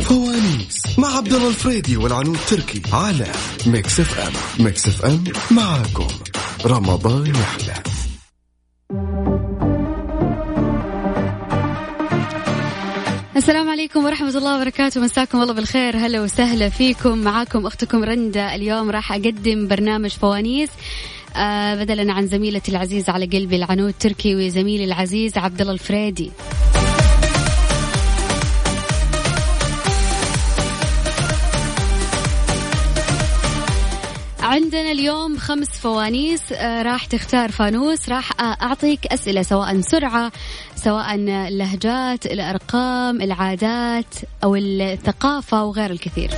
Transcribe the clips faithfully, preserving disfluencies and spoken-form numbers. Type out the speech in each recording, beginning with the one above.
فوانيس مع عبد الله الفريدي والعنود تركي على ميكس اف ام. ميكس اف ام معاكم رمضان يحلى. السلام عليكم ورحمة الله وبركاته، مساكم الله بالخير، هلا وسهلا فيكم. معاكم أختكم رندا. اليوم راح أقدم برنامج فوانيس آه بدلا عن زميلتي العزيزة على قلبي العنود تركي وزميلي العزيز عبد الله الفريدي. عندنا اليوم خمس فوانيس، آه راح تختار فانوس، راح أعطيك أسئلة سواء سرعة، سواء اللهجات، الأرقام، العادات أو الثقافة وغير الكثير.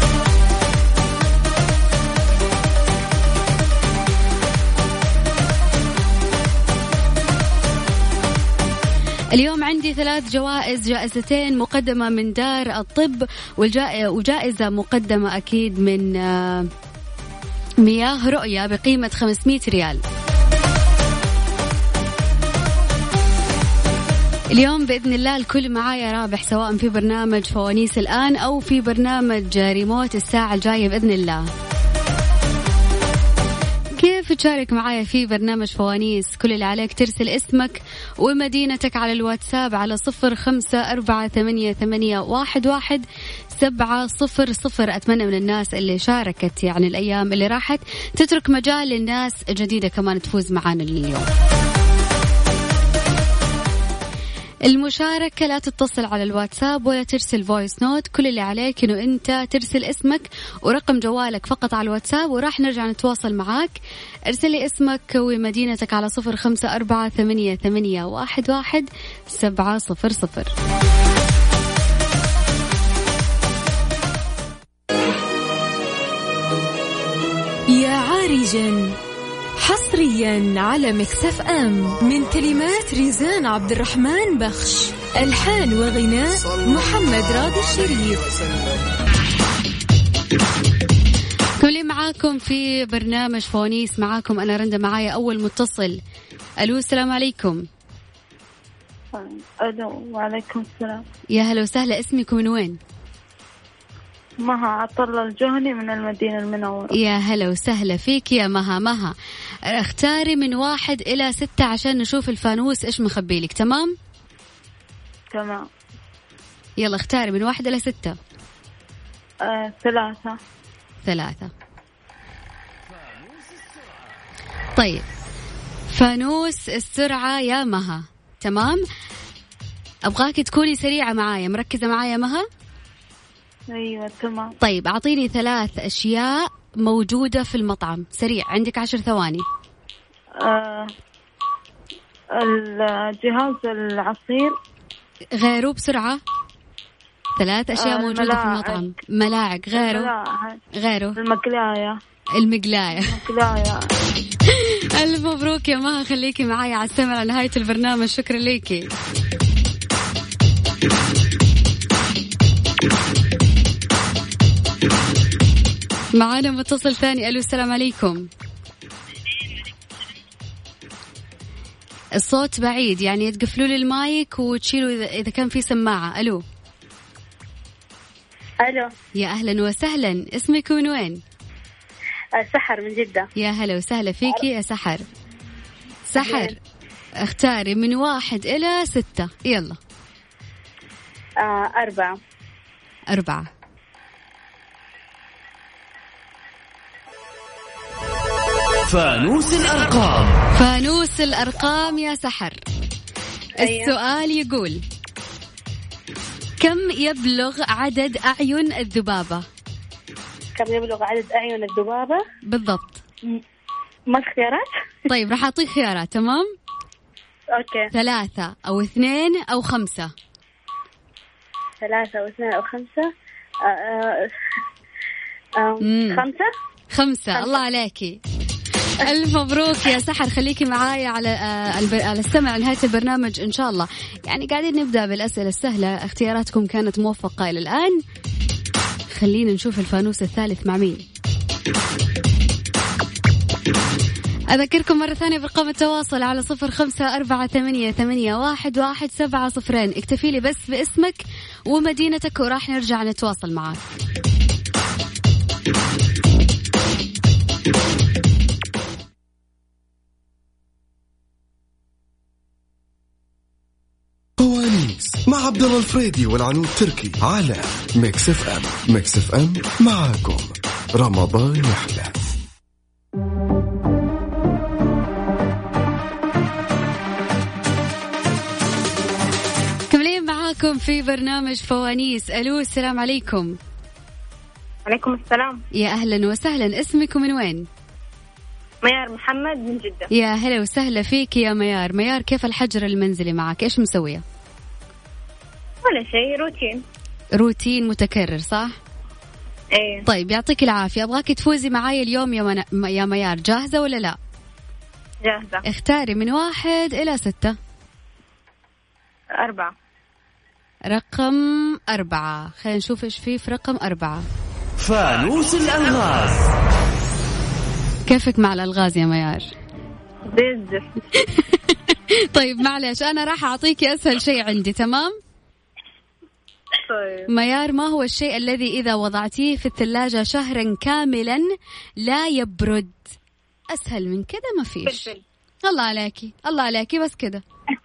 اليوم عندي ثلاث جوائز، جائزتين مقدمة من دار الطب وجائزة مقدمة أكيد من آه مياه رؤية بقيمة خمسمائة ريال. اليوم بإذن الله الكل معايا رابح، سواء في برنامج فوانيس الآن أو في برنامج ريموت الساعة الجاية بإذن الله. كيف تشارك معايا في برنامج فوانيس؟ كل اللي عليك ترسل اسمك ومدينتك على الواتساب على صفر خمسة أربعة ثمانية ثمانية واحد واحد سبعة صفر صفر. أتمنى من الناس اللي شاركت يعني الأيام اللي راحت تترك مجال للناس جديدة كمان تفوز معانا اليوم. المشاركة لا تتصل على الواتساب ولا ترسل فويس نوت، كل اللي عليك إنه أنت ترسل اسمك ورقم جوالك فقط على الواتساب وراح نرجع نتواصل معاك. ارسل لي اسمك ومدينتك على صفر خمسة أربعة ثمانية ثمانية واحد واحد سبعة صفر صفر. يا عارجا حصريا على ميكس اف ام من كلمات ريزان عبد الرحمن بخش، ألحان وغناء محمد راضي الشريف. كل معاكم في برنامج فوانيس، معاكم أنا رندا، معايا أول متصل. ألو السلام عليكم. ألو وعليكم السلام. يا هلا وسهلا، اسمك من وين؟ مها عطلة الجهني من المدينة المنورة. يا هلا وسهلا فيك يا مها. مها اختاري من واحد إلى ستة عشان نشوف الفانوس إيش مخبيلك. تمام تمام، يلا اختاري من واحد إلى ستة. آه، ثلاثة. ثلاثة. طيب فانوس السرعة يا مها. تمام، أبغاك تكوني سريعة معايا، مركزة معايا مها؟ أيوة تمام. طيب أعطيني ثلاث أشياء موجودة في المطعم، سريع، عندك عشر ثواني. آه، الجهاز العصير. غيره بسرعة. ثلاث أشياء آه، موجودة في المطعم. ملاعق. غيره. الملاعق. غيره. المقلاية. المقلاية. المقلاية. ألف مبروك يا مها، خليكي معايا على السمع على نهاية البرنامج. شكرا ليكي. معانا متصل ثاني. ألو السلام عليكم. الصوت بعيد، يعني تقفلوا لي المايك وتشيلوا إذا كان في سماعة. ألو. ألو. يا أهلا وسهلا، اسمك من وين؟ سحر من جدة. يا هلا وسهلا فيكي يا سحر. سحر اختاري من واحد إلى ستة. يلا. آه، أربعة. أربعة. فانوس الأرقام. فانوس الأرقام يا سحر. أيوة. السؤال يقول: كم يبلغ عدد أعين الذبابة؟ كم يبلغ عدد أعين الذبابة؟ بالضبط. ما خيارات؟ طيب راح أعطيك خيارات. تمام. أوكي. ثلاثة أو اثنين أو خمسة. ثلاثة أو اثنين أو خمسة. آه آه خمسة. خمسة. خمسة. الله عليكي، ألف مبروك يا سحر. خليكي معايا على على السمع نهاية البرنامج إن شاء الله. يعني قاعدين نبدأ بالأسئلة السهلة، اختياراتكم كانت موفقة إلى الآن. خلينا نشوف الفانوس الثالث مع مين. أذكركم مرة ثانية برقم التواصل على صفر خمسة أربعة ثمانية ثمانية واحد واحد سبعة صفرين. اكتفي لي بس باسمك ومدينتك وراح نرجع نتواصل معك. فوانيس مع عبد الله الفريدي والعنود تركي على ميكس اف ام. ميكس اف ام معاكم رمضان يحلى. كملين معاكم في برنامج فوانيس. ألو السلام عليكم. عليكم السلام. يا أهلا وسهلا، اسمك ومن وين؟ ميار محمد من جدة. يا هلا وسهلا فيك يا ميار. ميار كيف الحجر المنزلي معك؟ إيش مسوية؟ ولا شيء، روتين روتين متكرر صح؟ ايه. طيب يعطيك العافية، أبغاك تفوزي معاي اليوم يا, من... يا ميار. جاهزة ولا لا؟ جاهزة. اختاري من واحد إلى ستة. أربعة. رقم أربعة. خلينا نشوف إيش فيه في رقم أربعة. فانوس الألغاز. كيفك مع الألغاز يا ميار؟ بزف. طيب معلش أنا راح أعطيكي أسهل شيء عندي، تمام؟ طيب. ميار، ما هو الشيء الذي إذا وضعتيه في الثلاجة شهرا كاملا لا يبرد؟ أسهل من كده ما فيش. فلفل. الله عليكي الله عليكي، بس كده.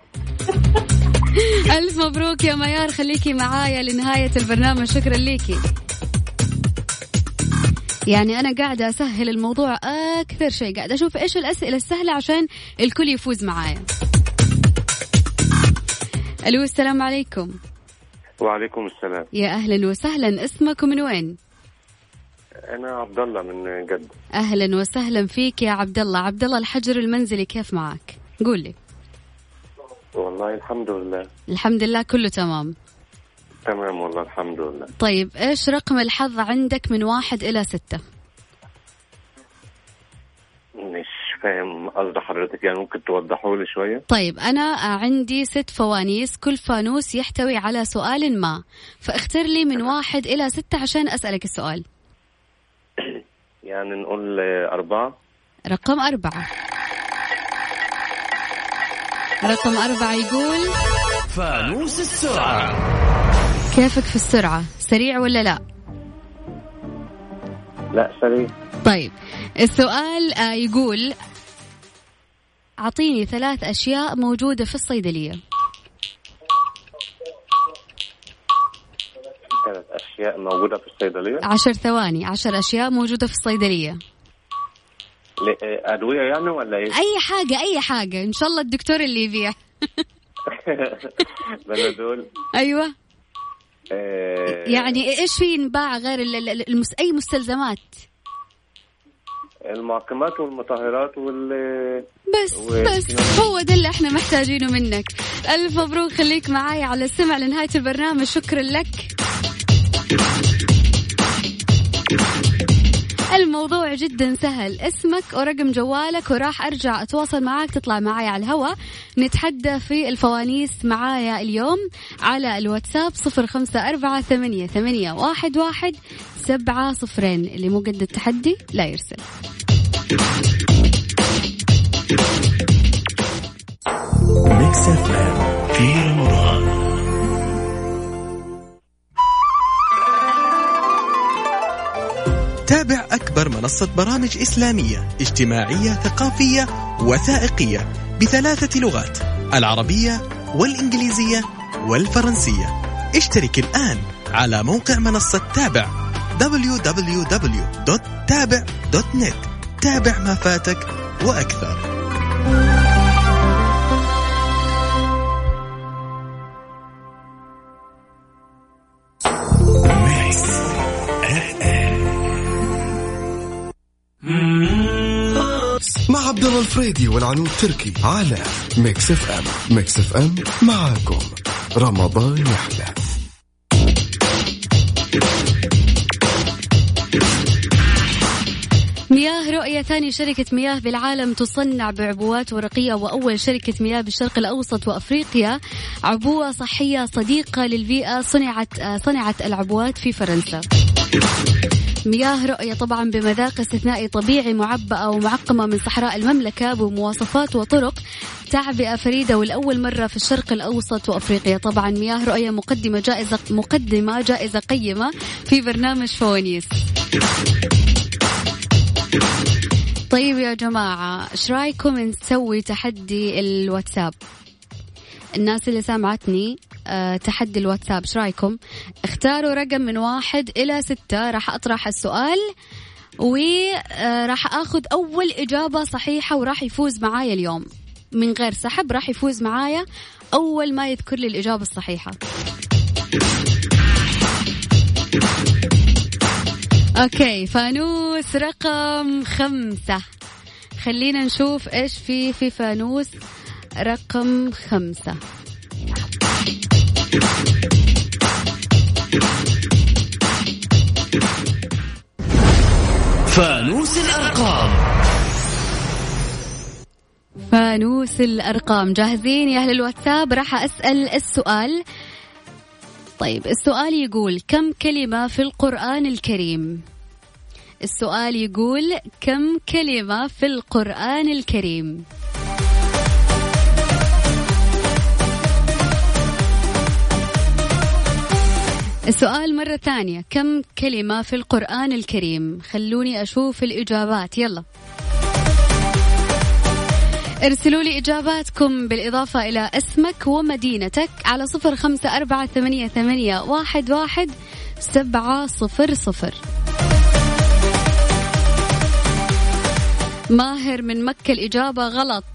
ألف مبروك يا ميار، خليكي معايا لنهاية البرنامج. شكرا ليكي. يعني أنا قاعدة أسهل الموضوع أكثر شيء، قاعدة أشوف إيش الأسئلة السهلة عشان الكل يفوز معايا. ألو السلام عليكم. وعليكم السلام. يا أهلا وسهلا، اسمك ومن وين؟ أنا عبد الله من جدة. أهلا وسهلا فيك يا عبد الله. عبد الله الحجر المنزلي كيف معك؟ قول لي. والله الحمد لله. الحمد لله كله تمام. تمام والله الحمد لله. طيب إيش رقم الحظ عندك من واحد إلى ستة؟ مش فاهم قصد حضرتك، يعني ممكن توضحوا لي شوية؟ طيب أنا عندي ست فوانيس، كل فانوس يحتوي على سؤال ما، فاختر لي من واحد إلى ستة عشان أسألك السؤال. يعني نقول أربعة. رقم أربعة. رقم أربعة يقول فانوس السرعة. كيفك في السرعة؟ سريع ولا لا؟ لا سريع. طيب السؤال يقول أعطيني ثلاث أشياء موجودة في الصيدلية. ثلاث أشياء موجودة في الصيدلية. عشر ثواني. عشر أشياء موجودة في الصيدلية. أدوية يعني ولا إيه؟ أي حاجة أي حاجة، إن شاء الله الدكتور اللي يبيع. بنادول. أيوة. آه يعني إيش في ينباع غير المس... أي مستلزمات؟ المعقمات والمطهرات وال بس بس هو ده اللي احنا محتاجينه منك. ألف مبروك، خليك معايا على السمع لنهاية البرنامج. شكرا لك. الموضوع جدا سهل، اسمك ورقم جوالك وراح أرجع أتواصل معاك، تطلع معايا على الهواء نتحدى في الفوانيس معايا اليوم على الواتساب صفر خمسة أربعة ثمانية ثمانية واحد واحد سبعة صفرين. اللي مو قد التحدي لا يرسل. ميكس اف ام في رمضان. تابع أكبر منصة برامج إسلامية اجتماعية ثقافية وثائقية بثلاثة لغات، العربية والإنجليزية والفرنسية. اشترك الآن على موقع منصة تابع دبليو دبليو دبليو دوت تابع دوت نت. تابع ما فاتك وأكثر. مع عبد الله الفريدي والعنود تركي على ميكس اف ام. ميكس اف ام معاكم رمضان يحلى. مياه رؤية، ثاني شركة مياه بالعالم تصنع بعبوات ورقية، وأول شركة مياه بالشرق الأوسط وأفريقيا. عبوة صحية صديقة للبيئة، صنعت صنعت العبوات في فرنسا. مياه رؤية طبعا بمذاق استثنائي طبيعي معبأة ومعقمة من صحراء المملكة بمواصفات وطرق تعبئة فريدة والأول مرة في الشرق الأوسط وأفريقيا. طبعا مياه رؤية مقدمة جائزة مقدمة جائزة قيمة في برنامج فوانيس. طيب يا جماعة، ايش رايكم نسوي تحدي الواتساب؟ الناس اللي سامعتني أه تحدي الواتساب، ايش رايكم؟ اختاروا رقم من واحد إلى ستة، راح أطرح السؤال وراح أخذ أول إجابة صحيحة وراح يفوز معايا اليوم من غير سحب. راح يفوز معايا أول ما يذكر لي الإجابة الصحيحة. أوكي، فانوس رقم خمسة. خلينا نشوف إيش في في فانوس رقم خمسة. فانوس الأرقام. فانوس الأرقام، جاهزين يا أهل الواتساب؟ راح أسأل السؤال. طيب السؤال يقول كم كلمة في القرآن الكريم؟ السؤال يقول كم كلمة في القرآن الكريم؟ السؤال مرة ثانية، كم كلمة في القرآن الكريم؟ خلوني أشوف الإجابات، يلا ارسلوا لي إجاباتكم بالإضافة إلى اسمك ومدينتك على صفر خمسة أربعة ثمانية ثمانية واحد واحد سبعة صفر صفر. ماهر من مكة الإجابة غلط.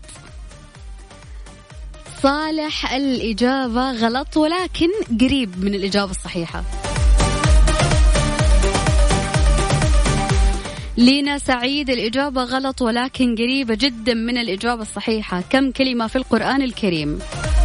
صالح الإجابة غلط ولكن قريب من الإجابة الصحيحة. لينا سعيد الإجابة غلط ولكن قريبة جدا من الإجابة الصحيحة. كم كلمة في القرآن الكريم؟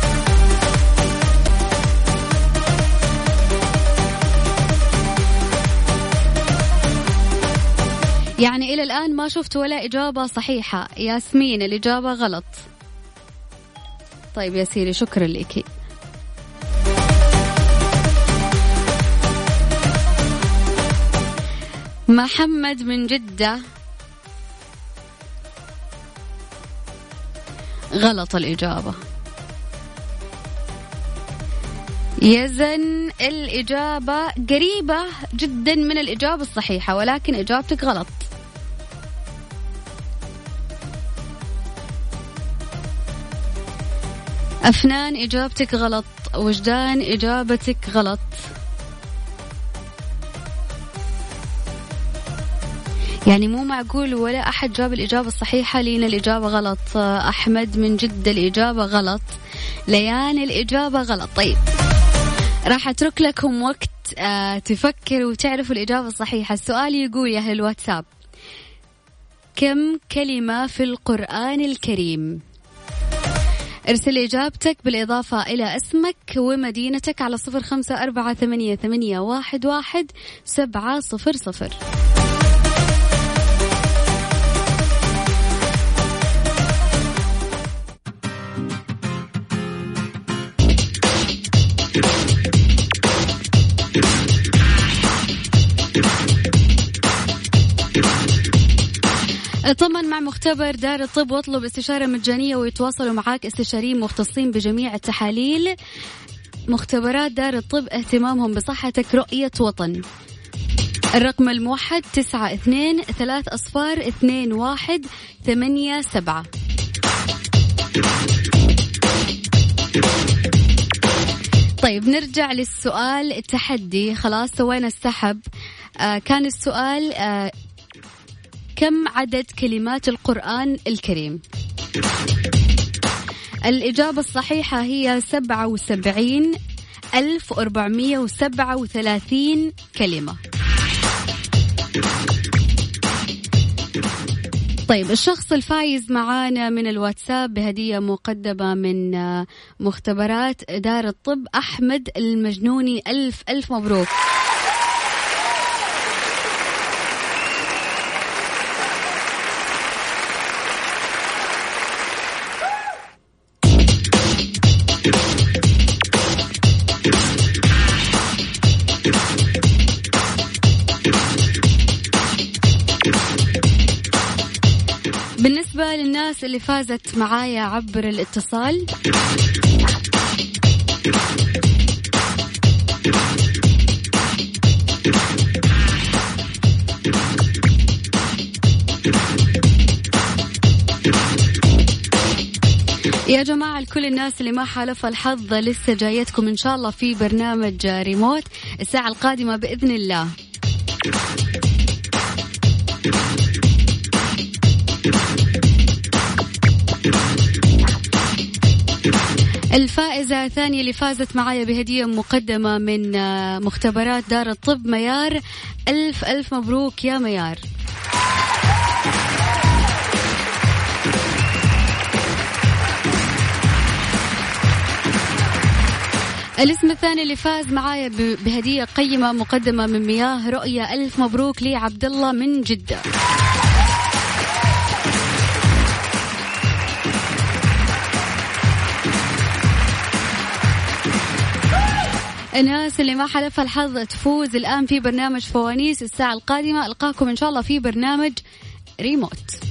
يعني إلى الآن ما شفت ولا إجابة صحيحة. ياسمين الإجابة غلط. طيب يا سيري شكرا لك. محمد من جدة غلط الإجابة. يزن الإجابة قريبة جدا من الإجابة الصحيحة ولكن إجابتك غلط. أفنان إجابتك غلط. وجدان إجابتك غلط. يعني مو معقول ولا أحد جاب الإجابة الصحيحة. لينا الإجابة غلط. أحمد من جدة الإجابة غلط. ليان الإجابة غلط. طيب راح أترك لكم وقت آه تفكروا وتعرفوا الإجابة الصحيحة. السؤال يقول يا أهل الواتساب كم كلمة في القرآن الكريم؟ ارسل إجابتك بالإضافة إلى اسمك ومدينتك على صفر خمسة أربعة ثمانية ثمانية واحد واحد سبعة صفر صفر. اطمن مع مختبر دار الطب واطلب استشارة مجانية ويتواصلوا معاك استشاريين مختصين بجميع التحاليل. مختبرات دار الطب اهتمامهم بصحتك رؤية وطن. الرقم الموحد تسعة اثنين ثلاث أصفار اثنين واحد ثمانية سبعة. طيب نرجع للسؤال التحدي. خلاص سوينا السحب. آه كان السؤال آه كم عدد كلمات القرآن الكريم؟ الإجابة الصحيحة هي سبعة وسبعين ألف وأربعمية وسبعة وثلاثين كلمة. طيب الشخص الفايز معانا من الواتساب بهدية مقدمة من مختبرات دار الطب أحمد المجنوني. ألف ألف مبروك. الناس اللي فازت معايا عبر الاتصال. يا جماعة لكل الناس اللي ما حالف الحظ لسه جايتكم إن شاء الله في برنامج ريموت الساعة القادمة بإذن الله. الفائزة الثانية اللي فازت معايا بهدية مقدمة من مختبرات دار الطب ميار. ألف ألف مبروك يا ميار. الاسم الثاني اللي فاز معايا بهدية قيمة مقدمة من مياه رؤية. ألف مبروك لي عبد الله من جدة. الناس اللي ما حلفها الحظ تفوز الآن في برنامج فوانيس الساعة القادمة. ألقاكم إن شاء الله في برنامج ريموت.